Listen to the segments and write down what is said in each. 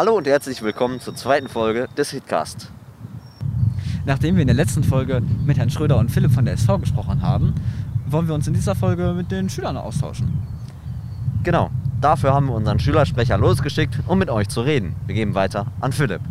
Hallo und herzlich willkommen zur zweiten Folge des Hitcast. Nachdem wir in der letzten Folge mit Herrn Schröder und Philipp von der SV gesprochen haben, wollen wir uns in dieser Folge mit den Schülern austauschen. Genau, dafür haben wir unseren Schülersprecher losgeschickt, um mit euch zu reden. Wir geben weiter an Philipp.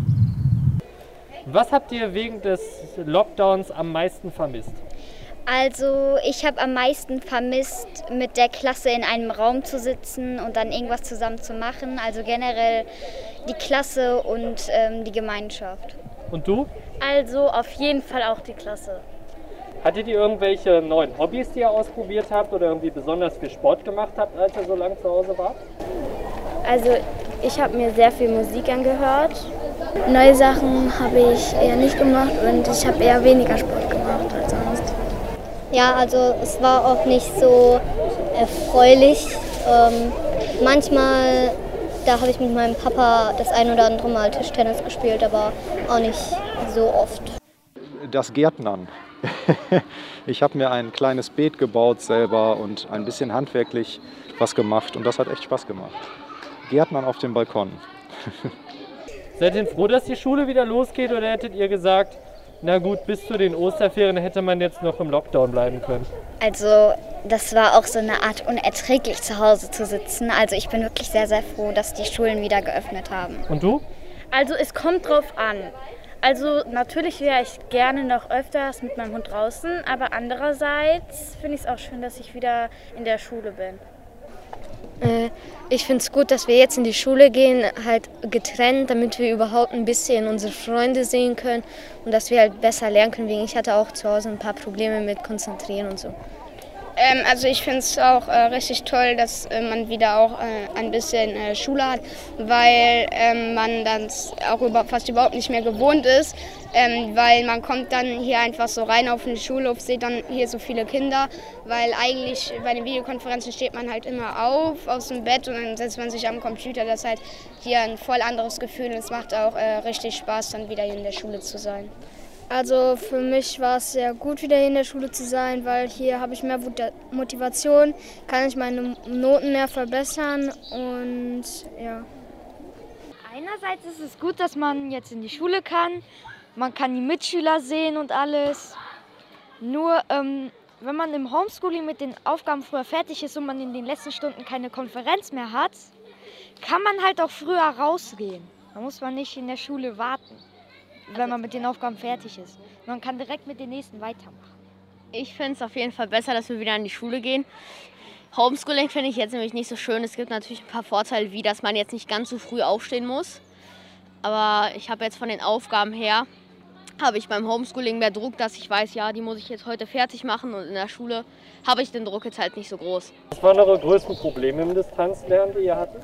Was habt ihr wegen des Lockdowns am meisten vermisst? Also ich habe am meisten vermisst, mit der Klasse in einem Raum zu sitzen und dann irgendwas zusammen zu machen. Also generell die Klasse und die Gemeinschaft. Und du? Also auf jeden Fall auch die Klasse. Hattet ihr irgendwelche neuen Hobbys, die ihr ausprobiert habt oder irgendwie besonders viel Sport gemacht habt, als ihr so lange zu Hause wart? Also ich habe mir sehr viel Musik angehört. Neue Sachen habe ich eher nicht gemacht und ich habe eher weniger Sport gemacht als sonst. Ja, also es war auch nicht so erfreulich. Manchmal, da habe ich mit meinem Papa das ein oder andere Mal Tischtennis gespielt, aber auch nicht so oft. Das Gärtnern. Ich habe mir ein kleines Beet gebaut selber und ein bisschen handwerklich was gemacht und das hat echt Spaß gemacht. Gärtnern auf dem Balkon. Seid ihr froh, dass die Schule wieder losgeht oder hättet ihr gesagt, na gut, bis zu den Osterferien hätte man jetzt noch im Lockdown bleiben können? Also das war auch so eine Art unerträglich zu Hause zu sitzen. Also ich bin wirklich sehr, sehr froh, dass die Schulen wieder geöffnet haben. Und du? Also es kommt drauf an. Also natürlich wäre ich gerne noch öfters mit meinem Hund draußen, aber andererseits finde ich es auch schön, dass ich wieder in der Schule bin. Ich finde es gut, dass wir jetzt in die Schule gehen, halt getrennt, damit wir überhaupt ein bisschen unsere Freunde sehen können und dass wir halt besser lernen können. Ich hatte auch zu Hause ein paar Probleme mit Konzentrieren und so. Also ich finde es auch richtig toll, dass man wieder auch ein bisschen Schule hat, weil man dann auch fast überhaupt nicht mehr gewohnt ist, weil man kommt dann hier einfach so rein auf den Schulhof, sieht dann hier so viele Kinder, weil eigentlich bei den Videokonferenzen steht man halt immer auf aus dem Bett und dann setzt man sich am Computer. Das ist halt hier ein voll anderes Gefühl und es macht auch richtig Spaß, dann wieder hier in der Schule zu sein. Also für mich war es sehr gut, wieder hier in der Schule zu sein, weil hier habe ich mehr Motivation, kann ich meine Noten mehr verbessern und ja. Einerseits ist es gut, dass man jetzt in die Schule kann, man kann die Mitschüler sehen und alles. Nur wenn man im Homeschooling mit den Aufgaben früher fertig ist und man in den letzten Stunden keine Konferenz mehr hat, kann man halt auch früher rausgehen. Da muss man nicht in der Schule warten, wenn man mit den Aufgaben fertig ist. Man kann direkt mit den nächsten weitermachen. Ich finde es auf jeden Fall besser, dass wir wieder in die Schule gehen. Homeschooling finde ich jetzt nämlich nicht so schön. Es gibt natürlich ein paar Vorteile, wie dass man jetzt nicht ganz so früh aufstehen muss. Aber ich habe jetzt von den Aufgaben her, habe ich beim Homeschooling mehr Druck, dass ich weiß, ja, die muss ich jetzt heute fertig machen. Und in der Schule habe ich den Druck jetzt halt nicht so groß. Was waren eure größten Probleme im Distanzlernen, die ihr hattet?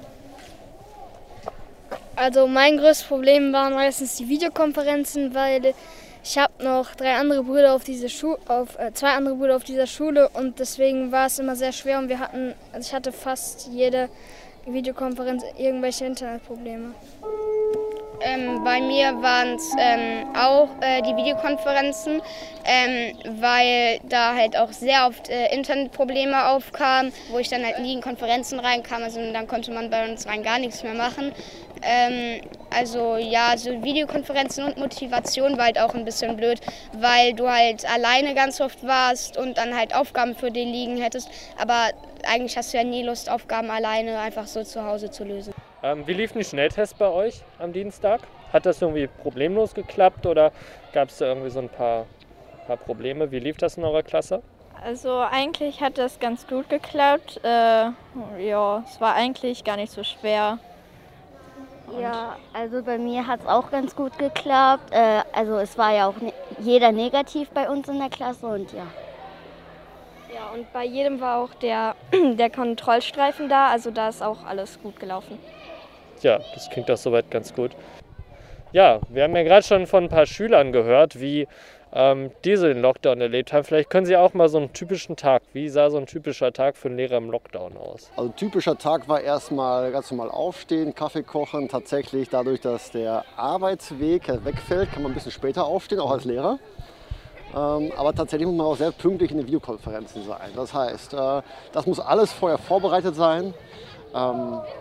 Also mein größtes Problem waren meistens die Videokonferenzen, weil ich habe noch zwei andere Brüder auf dieser Schule und deswegen war es immer sehr schwer und ich hatte fast jede Videokonferenz irgendwelche Internetprobleme. Bei mir waren es auch die Videokonferenzen, weil da halt auch sehr oft Internetprobleme aufkamen, wo ich dann halt nie in Konferenzen reinkam, also dann konnte man bei uns rein gar nichts mehr machen. Also ja, so Videokonferenzen und Motivation war halt auch ein bisschen blöd, weil du halt alleine ganz oft warst und dann halt Aufgaben für dich liegen hättest, aber eigentlich hast du ja nie Lust, Aufgaben alleine einfach so zu Hause zu lösen. Wie liefen die Schnelltests bei euch am Dienstag? Hat das irgendwie problemlos geklappt oder gab es da irgendwie so ein paar Probleme? Wie lief das in eurer Klasse? Also eigentlich hat das ganz gut geklappt. Ja, es war eigentlich gar nicht so schwer. Ja, also bei mir hat es auch ganz gut geklappt. Also es war ja auch jeder negativ bei uns in der Klasse und ja. Ja, und bei jedem war auch der Kontrollstreifen da, also da ist auch alles gut gelaufen. Ja, das klingt doch soweit ganz gut. Ja, wir haben ja gerade schon von ein paar Schülern gehört, wie diese den Lockdown erlebt haben. Vielleicht können Sie auch mal so einen typischen Tag, wie sah so ein typischer Tag für einen Lehrer im Lockdown aus? Also ein typischer Tag war erstmal ganz normal aufstehen, Kaffee kochen. Tatsächlich dadurch, dass der Arbeitsweg wegfällt, kann man ein bisschen später aufstehen, auch als Lehrer. Aber tatsächlich muss man auch sehr pünktlich in den Videokonferenzen sein. Das heißt, das muss alles vorher vorbereitet sein.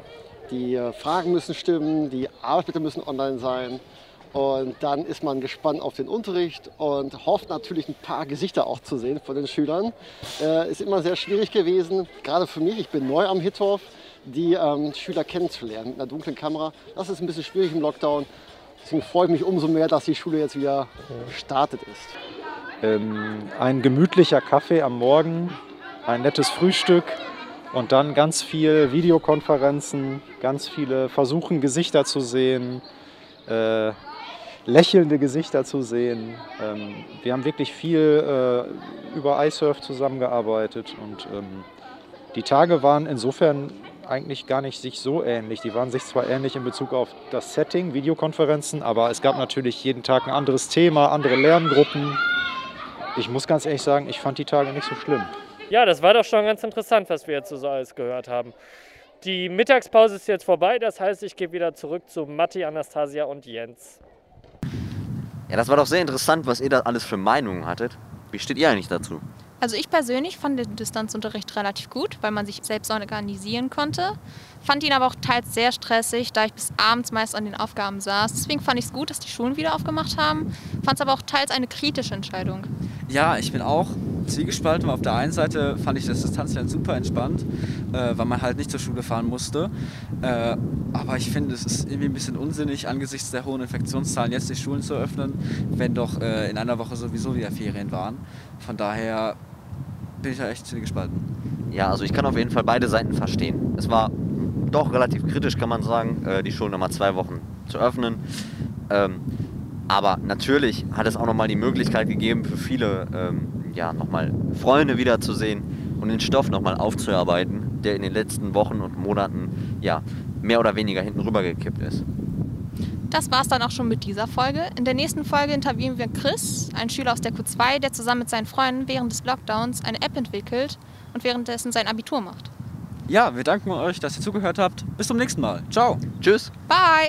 Die Fragen müssen stimmen, die Arbeitsblätter müssen online sein. Und dann ist man gespannt auf den Unterricht und hofft natürlich ein paar Gesichter auch zu sehen von den Schülern. Ist immer sehr schwierig gewesen, gerade für mich, ich bin neu am Hittorf, die Schüler kennenzulernen mit einer dunklen Kamera. Das ist ein bisschen schwierig im Lockdown. Deswegen freue ich mich umso mehr, dass die Schule jetzt wieder gestartet ist. Ein gemütlicher Kaffee am Morgen, ein nettes Frühstück und dann ganz viel Videokonferenzen, ganz viele Versuchen, Gesichter zu sehen, lächelnde Gesichter zu sehen. Wir haben wirklich viel über iSurf zusammengearbeitet und die Tage waren insofern eigentlich gar nicht sich so ähnlich. Die waren sich zwar ähnlich in Bezug auf das Setting, Videokonferenzen, aber es gab natürlich jeden Tag ein anderes Thema, andere Lerngruppen. Ich muss ganz ehrlich sagen, ich fand die Tage nicht so schlimm. Ja, das war doch schon ganz interessant, was wir jetzt so alles gehört haben. Die Mittagspause ist jetzt vorbei, das heißt, ich gehe wieder zurück zu Matti, Anastasia und Jens. Ja, das war doch sehr interessant, was ihr da alles für Meinungen hattet. Wie steht ihr eigentlich dazu? Also ich persönlich fand den Distanzunterricht relativ gut, weil man sich selbst organisieren konnte. Fand ihn aber auch teils sehr stressig, da ich bis abends meist an den Aufgaben saß. Deswegen fand ich es gut, dass die Schulen wieder aufgemacht haben. Fand es aber auch teils eine kritische Entscheidung. Ja, ich bin auch zwiegespalten. Auf der einen Seite fand ich das Distanzlernen super entspannt, weil man halt nicht zur Schule fahren musste. Aber ich finde, es ist irgendwie ein bisschen unsinnig, angesichts der hohen Infektionszahlen jetzt die Schulen zu öffnen, wenn doch in einer Woche sowieso wieder Ferien waren. Von daher bin ich da echt zwiegespalten. Ja, also ich kann auf jeden Fall beide Seiten verstehen. Es war doch relativ kritisch, kann man sagen, die Schulen nochmal 2 Wochen zu öffnen. Aber natürlich hat es auch nochmal die Möglichkeit gegeben, für viele nochmal Freunde wiederzusehen und den Stoff nochmal aufzuarbeiten, der in den letzten Wochen und Monaten mehr oder weniger hinten rübergekippt ist. Das war's dann auch schon mit dieser Folge. In der nächsten Folge interviewen wir Chris, einen Schüler aus der Q2, der zusammen mit seinen Freunden während des Lockdowns eine App entwickelt und währenddessen sein Abitur macht. Ja, wir danken euch, dass ihr zugehört habt. Bis zum nächsten Mal. Ciao. Tschüss. Bye.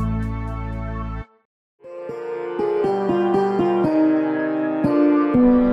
Thank you.